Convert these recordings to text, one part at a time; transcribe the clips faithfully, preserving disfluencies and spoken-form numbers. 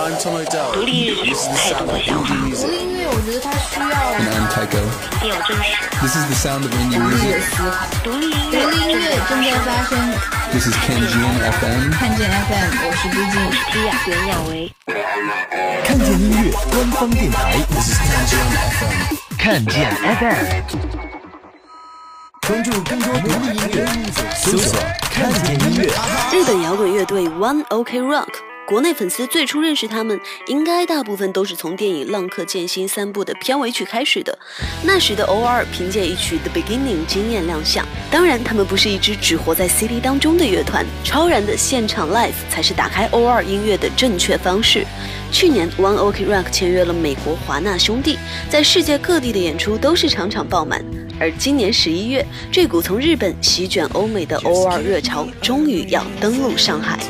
I'm Tom O'Dell. 独立日有太多的想法。 独立音乐我觉得它需要 And I'm Tycho. 有真实。 This is the sound of indie 独立 music. 的思考。 独立音独立音乐正在发生。 This is Kenjian F M. 看见 F M， 我是毕竟。 西亚袁娅维。 看见音乐官方电台。 This is Kenjian F M. 看见 F M。关注更多独立音乐，搜索看见音乐。 日本摇滚乐队 One Ok Rock， 国内粉丝最初认识他们，应该大部分都是从电影《浪客剑心三部》的片尾曲开始的。那时的 O R 凭借一曲 The Beginning 惊艳亮相。当然，他们不是一支只活在 C D 当中的乐团，超然的现场 live 才是打开 O R 音乐的正确方式。去年 One Ok Rock 签约了美国华纳兄弟，在世界各地的演出都是场场爆满。而今年十一月，这股从日本席卷欧美的 O R 热潮终于要登陆上海。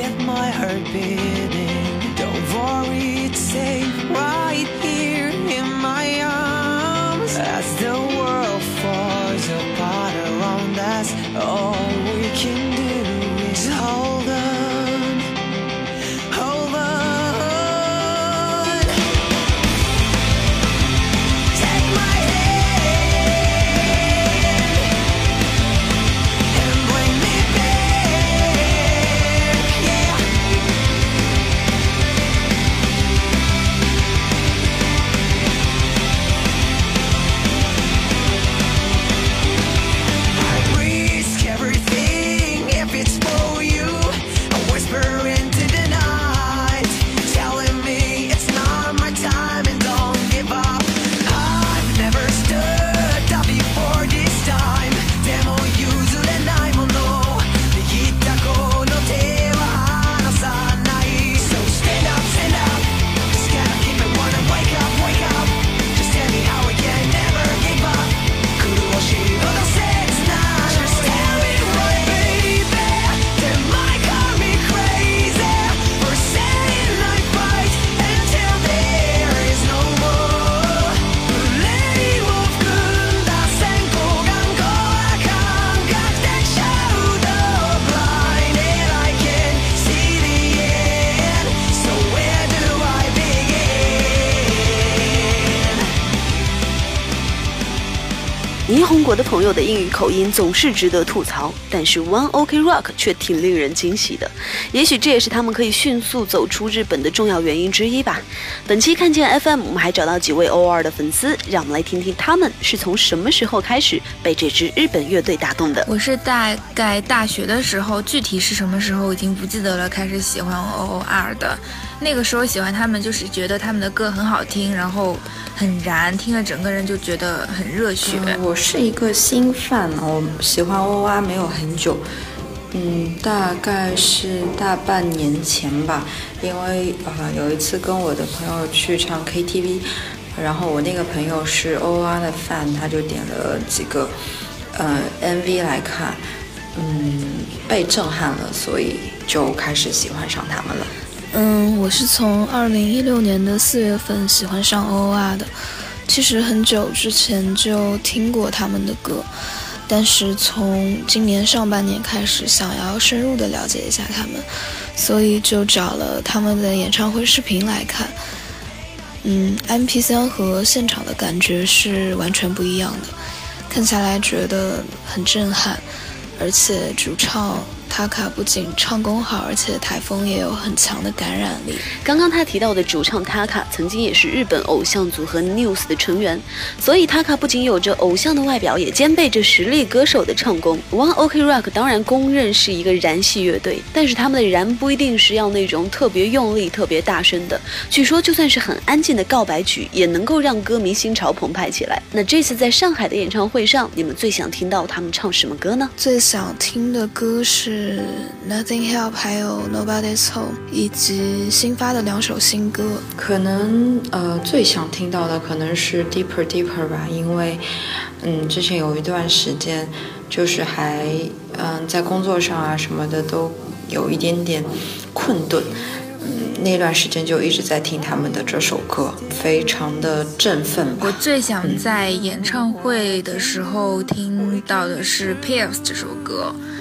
霓虹国的朋友的英语口音总是值得吐槽，但是 One Ok Rock 却挺令人惊喜的。也许这也是他们可以迅速走出日本的重要原因之一吧。本期看见 F M， 我们还找到几位 O R 的粉丝，让我们来听听他们是从什么时候开始被这支日本乐队打动的。 我是大概大学的时候，具体是什么时候已经不记得了，开始喜欢 O R 的。那个时候喜欢他们，就是觉得他们的歌很好听，然后很燃，听了整个人就觉得很热血。 嗯、我是一个新fan，我喜欢 O R 没有很久，嗯，大概是大半年前吧。因为呃有一次跟我的朋友去唱 K T V， 然后我那个朋友是 O R 的 fan， 他就点了几个呃 M V 来看，嗯，被震撼了，所以就开始喜欢上他们了。 嗯，我是从二零一六年的四月份喜欢上 O R 的。其实很久之前就听过他们的歌，但是从今年上半年开始想要深入的了解一下他们，所以就找了他们的演唱会视频来看。嗯 M P 三 和现场的感觉是完全不一样的，看下来觉得很震撼，而且主唱塔卡不仅唱功好，而且台风也有很强的感染力。 刚刚他提到的主唱塔卡曾经也是日本偶像组合 N E W S 的成员，所以塔卡不仅有着偶像的外表，也兼备着实力歌手的唱功。One Ok Rock 当然公认是一个燃系乐队，但是他们的燃不一定是要那种特别用力特别大声的，据说就算是很安静的告白曲也能够让歌迷心潮澎湃起来。那这次在上海的演唱会上，你们最想听到他们唱什么歌呢？ 最想听的歌是Nothing Help 还有 Nobody's Home， 以及新发的两首新歌。 可能呃最想听到的可能是 Deeper Deeper 吧，因为嗯之前有一段时间就是还嗯在工作上啊什么的都有一点点困顿，嗯那段时间就一直在听他们的这首歌，非常的振奋吧。 我最想在演唱会的时候听到的是 Pierce 这首歌，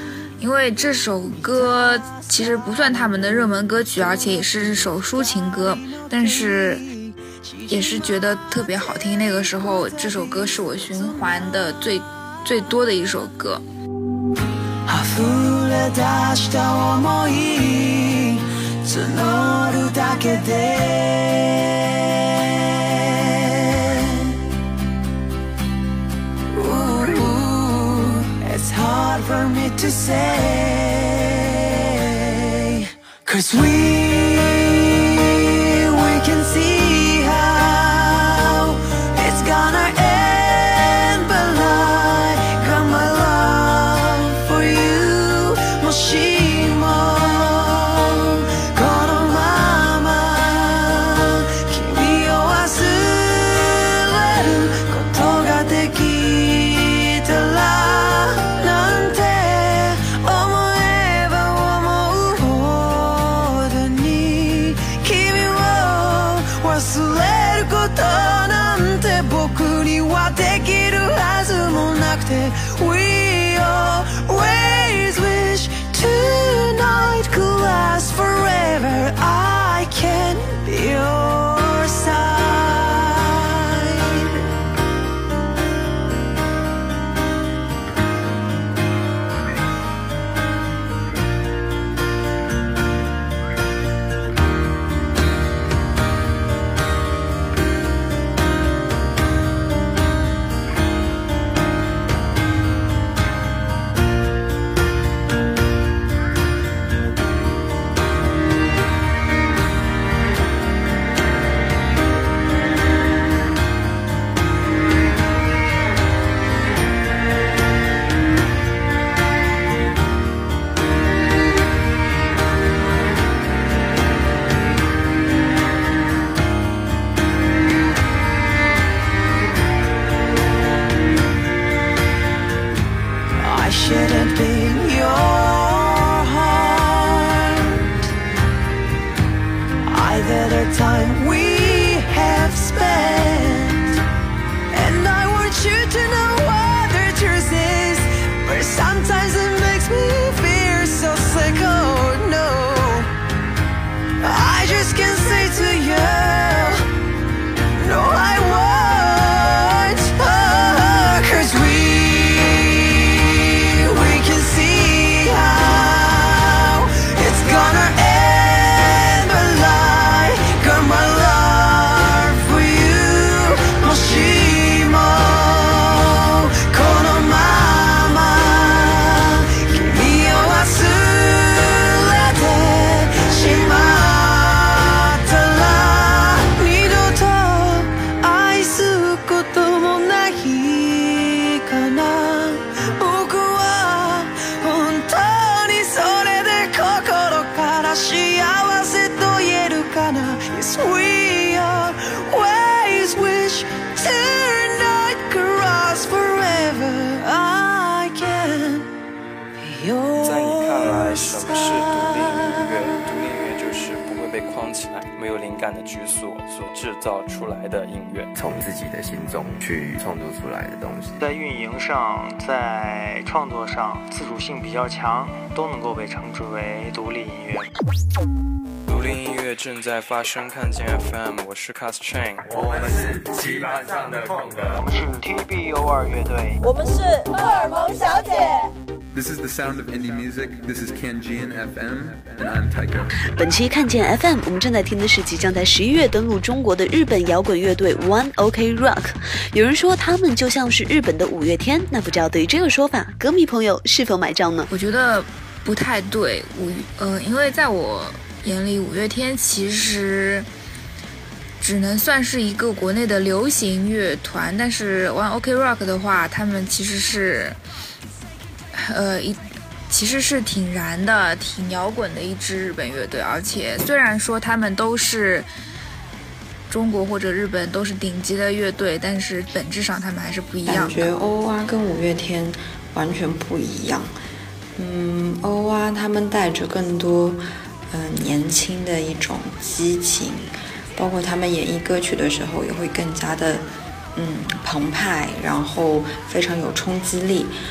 因为这首歌其实不算他们的热门歌曲，而且也是首抒情歌，但是也是觉得特别好聽。那個時候這首歌是我循環的最最多的一首歌。 溢れ出した想い募るだけで It's hard for me to say Cause we we can see how it's gonna end But like got my love for you もしもこのまま君を忘れることができたらなんて思えば思うほどに君を忘れることなんて僕にはできるはずもなくて We always wish tonight could last forever I can be your side I shouldn't be your heart Either the time we have spent And I want you to know what the truth is But sometimes it makes me feel so sick, oh no I just can't say to you No, I won't oh, Cause we We can see how It's gonna end But like got my love for you もしもこのまま君を忘れてしまったら二度と愛すこともないかな僕は本当にそれで心から幸せと言えるかな Yes, we always wish tonight could last forever I can be yours 在你看来，什么是独立音乐？独立音乐就是不会被框起来，没有灵感的局所所制造出来的音乐， 从自己的心中去创作出来的东西。 在运营上，在创作上，自主性比较强，都能够被称之为独立音乐。 独立音乐正在发生，看见 F M， 我是 Cast Chain， 我们是棋盘上的空格， 我们是 T B O 二乐队， 我们是荷尔蒙小姐。 This is the sound of indie music. This is Kenjian F M, and I'm Taiko. 本期看见 F M， 我们正在听的是即将在十一月登陆中国的日本摇滚乐队 One OK Rock。有人说他们就像是日本的五月天，那不知道对于这个说法，歌迷朋友是否买账呢？ 我觉得不太对，五呃，因为在我眼里，五月天其实只能算是一个国内的流行乐团，但是 One OK Rock 的话，他们其实是。呃，一其实是挺燃的、挺摇滚的一支日本乐队，而且虽然说他们都是中国或者日本都是顶级的乐队，但是本质上他们还是不一样的。 感觉欧啊跟五月天完全不一样。嗯，欧啊他们带着更多呃年轻的一种激情，包括他们演绎歌曲的时候也会更加的嗯澎湃，然后非常有冲击力。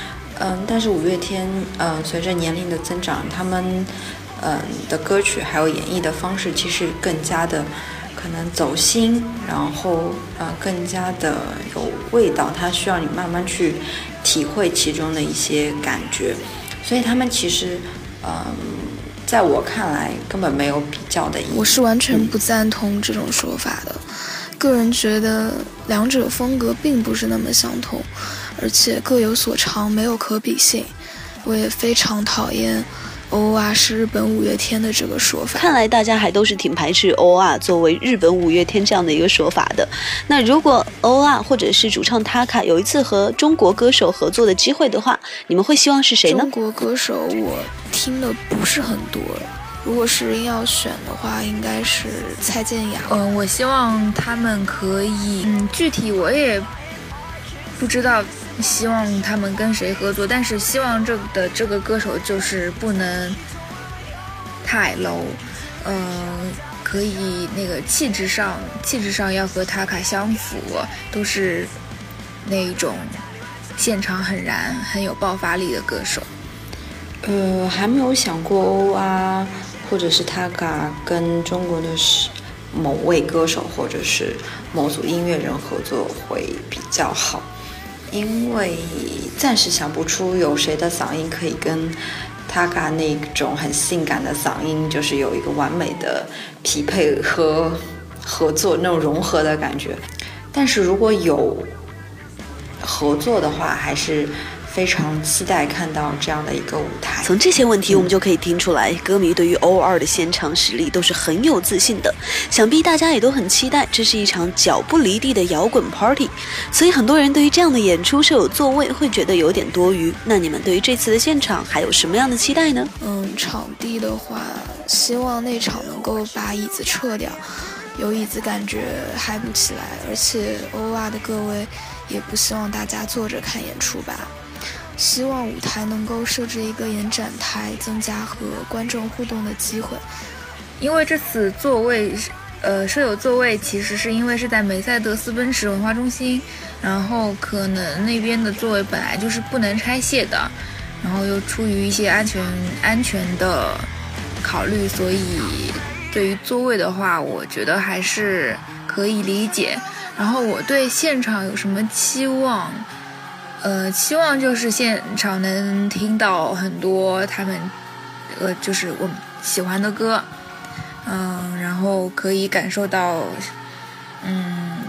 嗯，但是五月天，嗯，随着年龄的增长，他们，嗯的歌曲还有演绎的方式，其实更加的可能走心，然后呃更加的有味道，它需要你慢慢去体会其中的一些感觉，所以他们其实，嗯，在我看来根本没有比较的意义。 我是完全不赞同这种说法的，个人觉得两者风格并不是那么相同，而且各有所长，没有可比性。我也非常讨厌 O R 是日本五月天的这个说法。 看来大家还都是挺排斥 O R 作为日本五月天这样的一个说法的。那如果 O R 或者是主唱 Taka 有一次和中国歌手合作的机会的话，你们会希望是谁呢？ 中国歌手我听的不是很多，如果是硬要选的话，应该是蔡健雅。 嗯，我希望他们可以，嗯，具体我也不知道希望他们跟谁合作，但是希望这的这个歌手就是不能太 low， 呃，可以那个气质上气质上要和塔卡相符，都是那种现场很燃、很有爆发力的歌手。 呃，还没有想过 O R 或者是塔卡跟中国的某位歌手或者是某组音乐人合作会比较好。因为暂时想不出有谁的嗓音可以跟 Taka 那种很性感的嗓音就是有一个完美的匹配和合作那种融合的感觉，但是如果有合作的话还是非常期待看到这样的一个舞台。 从这些问题我们就可以听出来，歌迷对于 O R 的现场实力都是很有自信的，想必大家也都很期待这是一场脚不离地的摇滚 party， 所以很多人对于这样的演出设有座位会觉得有点多余。那你们对于这次的现场还有什么样的期待呢？ 嗯，场地的话希望那场能够把椅子撤掉，有椅子感觉嗨不起来，而且 O R 的各位也不希望大家坐着看演出吧，希望舞台能够设置一个延展台，增加和观众互动的机会。 因为这次座位呃设有座位其实是因为是在梅赛德斯奔驰文化中心，然后可能那边的座位本来就是不能拆卸的，然后又出于一些安全安全的考虑，所以对于座位的话我觉得还是可以理解。然后我对现场有什么期望，呃，期望就是现场能听到很多他们，呃，就是我们喜欢的歌，嗯，然后可以感受到，嗯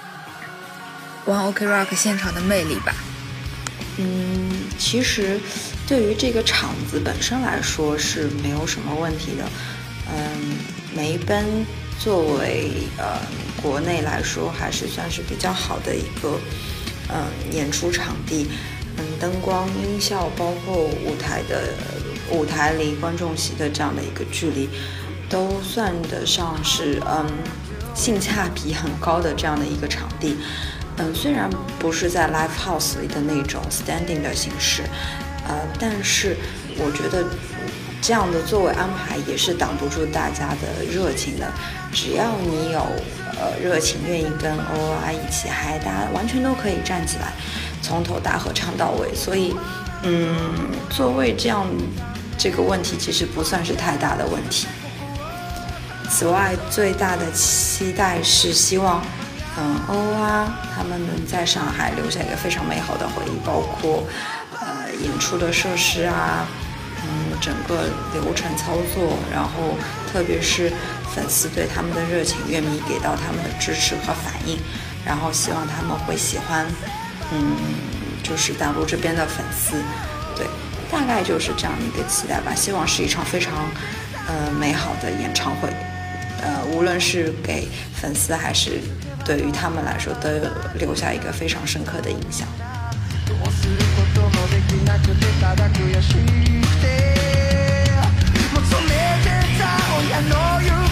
，One OK Rock 现场的魅力吧。 嗯，其实对于这个场子本身来说是没有什么问题的。嗯，梅奔作为呃国内来说还是算是比较好的一个嗯演出场地，嗯灯光音效包括舞台的舞台离观众席的这样的一个距离都算得上是嗯性价比很高的这样的一个场地。嗯，虽然不是在 live house 里的那种 standing 的形式，呃，但是我觉得这样的座位安排也是挡不住大家的热情的。只要你有呃热情，愿意跟 O R 一起嗨，大家完全都可以站起来，从头大合唱到尾。所以，嗯，座位这样这个问题其实不算是太大的问题。此外，最大的期待是希望。嗯 ，O R 他们能在上海留下一个非常美好的回忆，包括呃演出的设施啊，嗯，整个流程操作，然后特别是粉丝对他们的热情，乐迷给到他们的支持和反应，然后希望他们会喜欢，嗯，就是大陆这边的粉丝，对，大概就是这样的一个期待吧。希望是一场非常呃美好的演唱会，呃，无论是給粉丝還是對於他們來說，都留下一個非常深刻的印象。どうすることもできなくてただ悔しくて求めてた親の夢